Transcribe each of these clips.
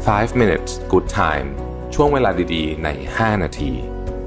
5 minutes good time ช่วงเวลาดีๆใน5นาที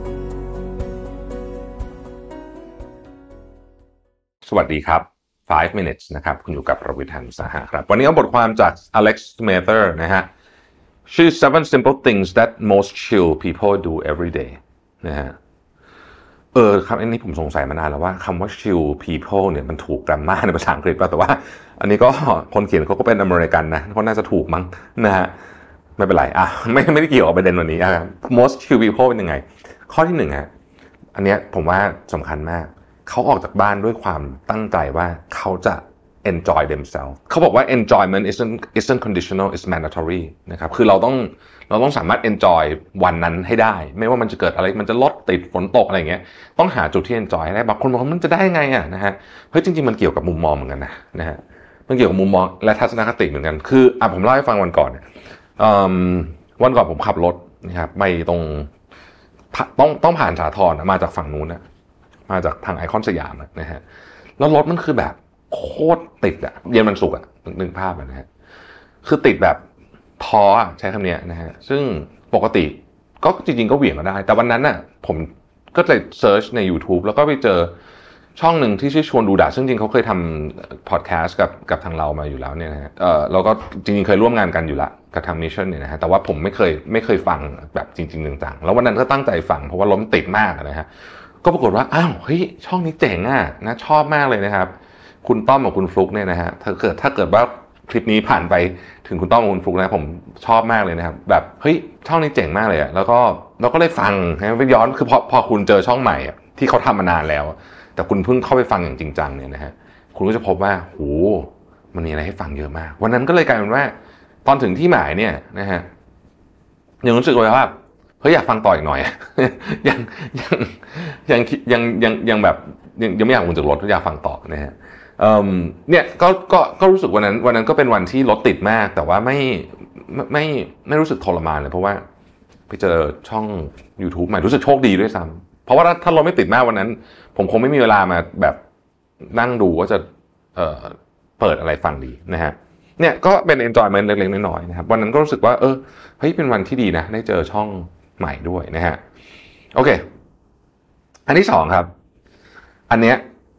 สวัสดีครับ5 minutes นะครับคุณอยู่กับประวิทย์ หาญอุตสาหะครับวันนี้เอาบทความจาก Alex Mather นะฮะชื่อ 7 simple things that most chill people do every day นะฮะครับอันนี้ผมสงสัยมานานแล้วว่าคำว่า chill people เนี่ยมันถูกแกรมมาในภาษาอังกฤษป่ะแต่ว่าอันนี้ก็คนเขียนเขาก็เป็นอเมริกันนะเขาน่าจะถูกมั้งนะฮะไม่เป็นไรไม่ได้เกี่ยวกับประเด็นวันนี้most chill people เป็นยังไงข้อที่หนึ่งฮะอันเนี้ยผมว่าสำคัญมากเขาออกจากบ้านด้วยความตั้งใจว่าเขาจะ enjoy themselves เขาบอกว่า enjoyment isn't conditional it's mandatory นะครับคือเราต้องสามารถ enjoy วันนั้นให้ได้ไม่ว่ามันจะเกิดอะไรมันจะรถติดฝนตกอะไรอย่างเงี้ยต้องหาจุดที่ enjoy ให้ได้บางคนบอกว่ามันจะได้ไงอ่ะนะฮะเฮ้ยจริงๆมันเกี่ยวกับมุมมองเหมือนกันนะฮะมันเกี่ยวกับมุมมองและทัศนคติเหมือนกันคือผมเล่าให้ฟังวันก่อนวันก่อนผมขับรถนะครับไปตรงต้องผ่านสาทรมาจากฝั่งนู้นนะมาจากทางไอคอนสยามนะฮะแล้วรถมันคือแบบโคตรติดอะเย็นวันศุกร์อะนึกภาพนะฮะคือติดแบบท้อใช้คำนี้นะฮะซึ่งปกติก็จริงๆก็เหวี่ยงก็ได้แต่วันนั้นน่ะผมก็เลยเซิร์ชใน YouTube แล้วก็ไปเจอช่องหนึ่งที่ชื่อชวนดูดะซึ่งจริงเขาเคยทำพอดแคสต์กับทางเรามาอยู่แล้วเนี่ยนะฮะเราก็จริงๆเคยร่วมงานกันอยู่ละกับทางมิชชั่นเนี่ยนะฮะแต่ว่าผมไม่เคยฟังแบบจริงๆจังๆแล้ววันนั้นก็ตั้งใจฟังเพราะว่าล้มติดมากนะฮะก็ปรากฏว่าเฮ้ยช่องนี้เจ๋งนะชอบมากเลยนะครับคุณต้อมกับคุณฟลุกเนี่ยนะฮะถ้าเกิดว่าคลิปนี้ผ่านไปถึงคุณต้อมกับคุณฟลุกนะผมชอบมากเลยนะครับแบบเฮ้ยช่องนี้เจ๋งมากเลยแล้วก็เราก็เลยฟังนะไปย้อนคือพอคุณเจอช่องใหม่ที่เขาทำมานานแล้วแต่คุณเพิ่งเข้าไปฟังอย่างจริงจังเนี่ยนะฮะคุณก็จะพบว่าโหมันมีอะไรให้ฟังเยอะมากวันนั้นก็เลยกลายเป็นว่าตอนถึงที่หมายเนี่ยนะฮะยังรู้สึกเลยว่าเฮ้ยอยากฟังต่ออีกหน่อยยังแบบยังไม่อยากลงจากรถอยากฟังต่อนะฮะเนี่ยก็รู้สึกวันนั้นก็เป็นวันที่รถติดมากแต่ว่าไม่รู้สึกทรมานเลยเพราะว่าไปเจอช่อง YouTube ใหม่รู้สึกโชคดีด้วยซ้ำเพราะว่าถ้ารถไม่ติดมากวันนั้นผมคงไม่มีเวลามาแบบนั่งดูว่าจะเปิดอะไรฟังดีนะฮะเนี่ยก็เป็น enjoyment เล็กๆน้อยๆนะครับวันนั้นก็รู้สึกว่าเฮ้ยเป็นวันที่ดีนะได้เจอช่องใหม่ด้วยนะฮะโอเคอันที่สองครับอันเนี้ย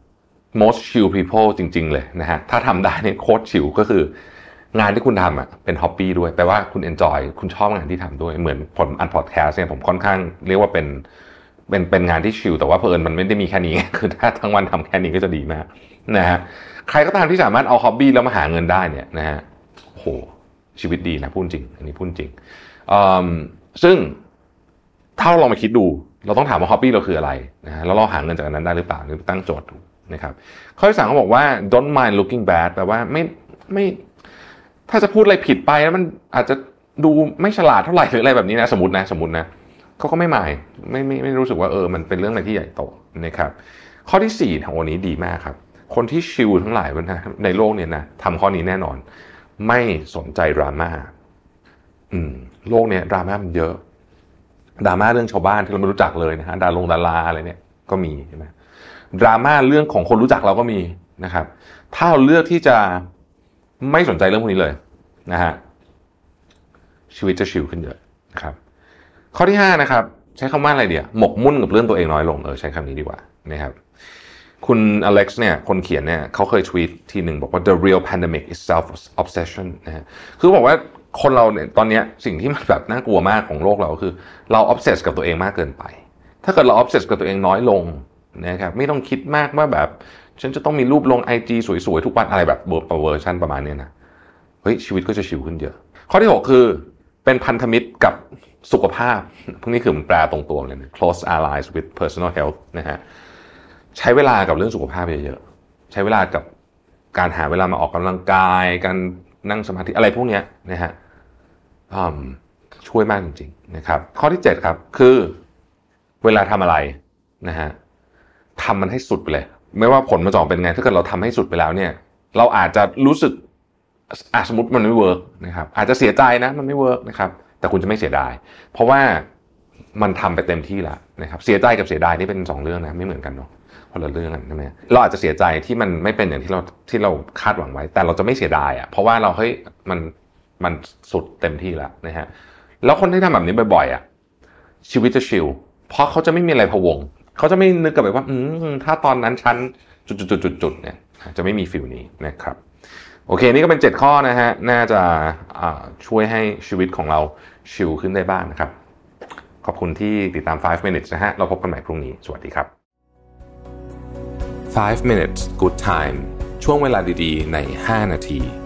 most chill people จริงๆเลยนะฮะถ้าทำได้เนี่ยโคตรชิลก็คืองานที่คุณทำเป็นฮ็อบบี้ด้วยแปลว่าคุณ enjoy คุณชอบงานที่ทำด้วยเหมือนผมอัดพอดแคสต์เนี่ยผมค่อนข้างเรียกว่าเป็นงานที่ชิลแต่ว่าเผอิญมันไม่ได้มีแค่นี้คือถ้าทั้งวันทำแค่นี้ก็จะดีมากนะฮะใครก็ตามที่สามารถเอาฮ็อบบี้แล้วมาหาเงินได้เนี่ยนะฮะโหชีวิตดีนะพูดจริงอันนี้พูดจริงซึ่งถ้าเราลองมาคิดดูเราต้องถามว่าฮ็อบบี้เราคืออะไรนะฮะแล้วเราหาเงินจากนั้นได้หรือเปล่าหรือตั้งโจทย์ดูนะครับข้อที่ 3เขาบอกว่า don't mind looking bad แปลว่าไม่ถ้าจะพูดอะไรผิดไปแล้วมันอาจจะดูไม่ฉลาดเท่าไหร่หรืออะไรแบบนี้นะสมมตินะเขาก็ไม่หมายไม่รู้สึกว่ามันเป็นเรื่องอะไรที่ใหญ่โตนะครับข้อที่4ของวันนี้ดีมากครับคนที่ชิลทั้งหลายในโลกเนี่ยนะทำข้อนี้แน่นอนไม่สนใจดราม่าโลกเนี้ยดราม่ามันเยอะดราม่าเรื่องชาวบ้านที่เราไม่รู้จักเลยนะฮะดาราอะไรเนี่ยก็มีใช่ไหมดราม่าเรื่องของคนรู้จักเราก็มีนะครับถ้าเราเลือกที่จะไม่สนใจเรื่องพวกนี้เลยนะฮะชีวิตจะชิลขึ้นเยอะนะครับข้อที่5นะครับใช้คำว่าอะไรเดียวหมกมุ่นกับเรื่องตัวเองน้อยลงใช้คำนี้ดีกว่านะครับคุณอเล็กซ์เนี่ยคนเขียนเนี่ยเขาเคยทวีตทีหนึ่งบอกว่า the real pandemic is self obsession นะฮะคือบอกว่าคนเราเนี่ยตอนนี้สิ่งที่มันแบบน่ากลัวมากของโลกเราคือเรา obsess กับตัวเองมากเกินไปถ้าเกิดเรา obsess กับตัวเองน้อยลงนะครับไม่ต้องคิดมากว่าแบบฉันจะต้องมีรูปลง IG สวยๆทุกวันอะไรแบบเวอร์ชันประมาณนี้นะเฮ้ยชีวิตก็จะชิลขึ้นเยอะข้อที่6คือเป็นพันธมิตรกับสุขภาพพวกนี้คือมันแปลตรงตัวเลยนะ close allies with personal health นะฮะใช้เวลากับเรื่องสุขภาพเยอะๆใช้เวลากับการหาเวลามาออกกำลังกายการนั่งสมาธิอะไรพวกนี้นะฮะช่วยมากจริงๆนะครับข้อที่7ครับคือเวลาทำอะไรนะฮะทำมันให้สุดไปเลยไม่ว่าผลมันจะออกเป็นไงถ้าเกิดเราทำให้สุดไปแล้วเนี่ยเราอาจจะรู้สึกสมมติมันไม่เวิร์กนะครับอาจจะเสียใจนะมันไม่เวิร์กนะครับแต่คุณจะไม่เสียดายเพราะว่ามันทำไปเต็มที่แล้วนะครับเสียใจกับเสียดายนี่เป็น2เรื่องนะไม่เหมือนกันเนาะคนละเรื่องกันใช่ไหมเราอาจจะเสียใจที่มันไม่เป็นอย่างที่เราคาดหวังไว้แต่เราจะไม่เสียดายเพราะว่าเราเฮ้ยมันมันสุดเต็มที่แล้วนะฮะแล้วคนที่ทำแบบนี้บ่อยๆชีวิตจะชิลเพราะเขาจะไม่มีอะไรพะวงเขาจะไม่นึกกลับไปว่าถ้าตอนนั้นฉันจุดๆๆเนี่ยจะไม่มีฟีลนี้นะครับโอเคนี่ก็เป็น7ข้อนะฮะน่าจะช่วยให้ชีวิตของเราชิลขึ้นได้บ้างนะครับขอบคุณที่ติดตาม5 minutes นะฮะเราพบกันใหม่พรุ่งนี้สวัสดีครับ5 minutes good time ช่วงเวลาดีๆใน5 นาที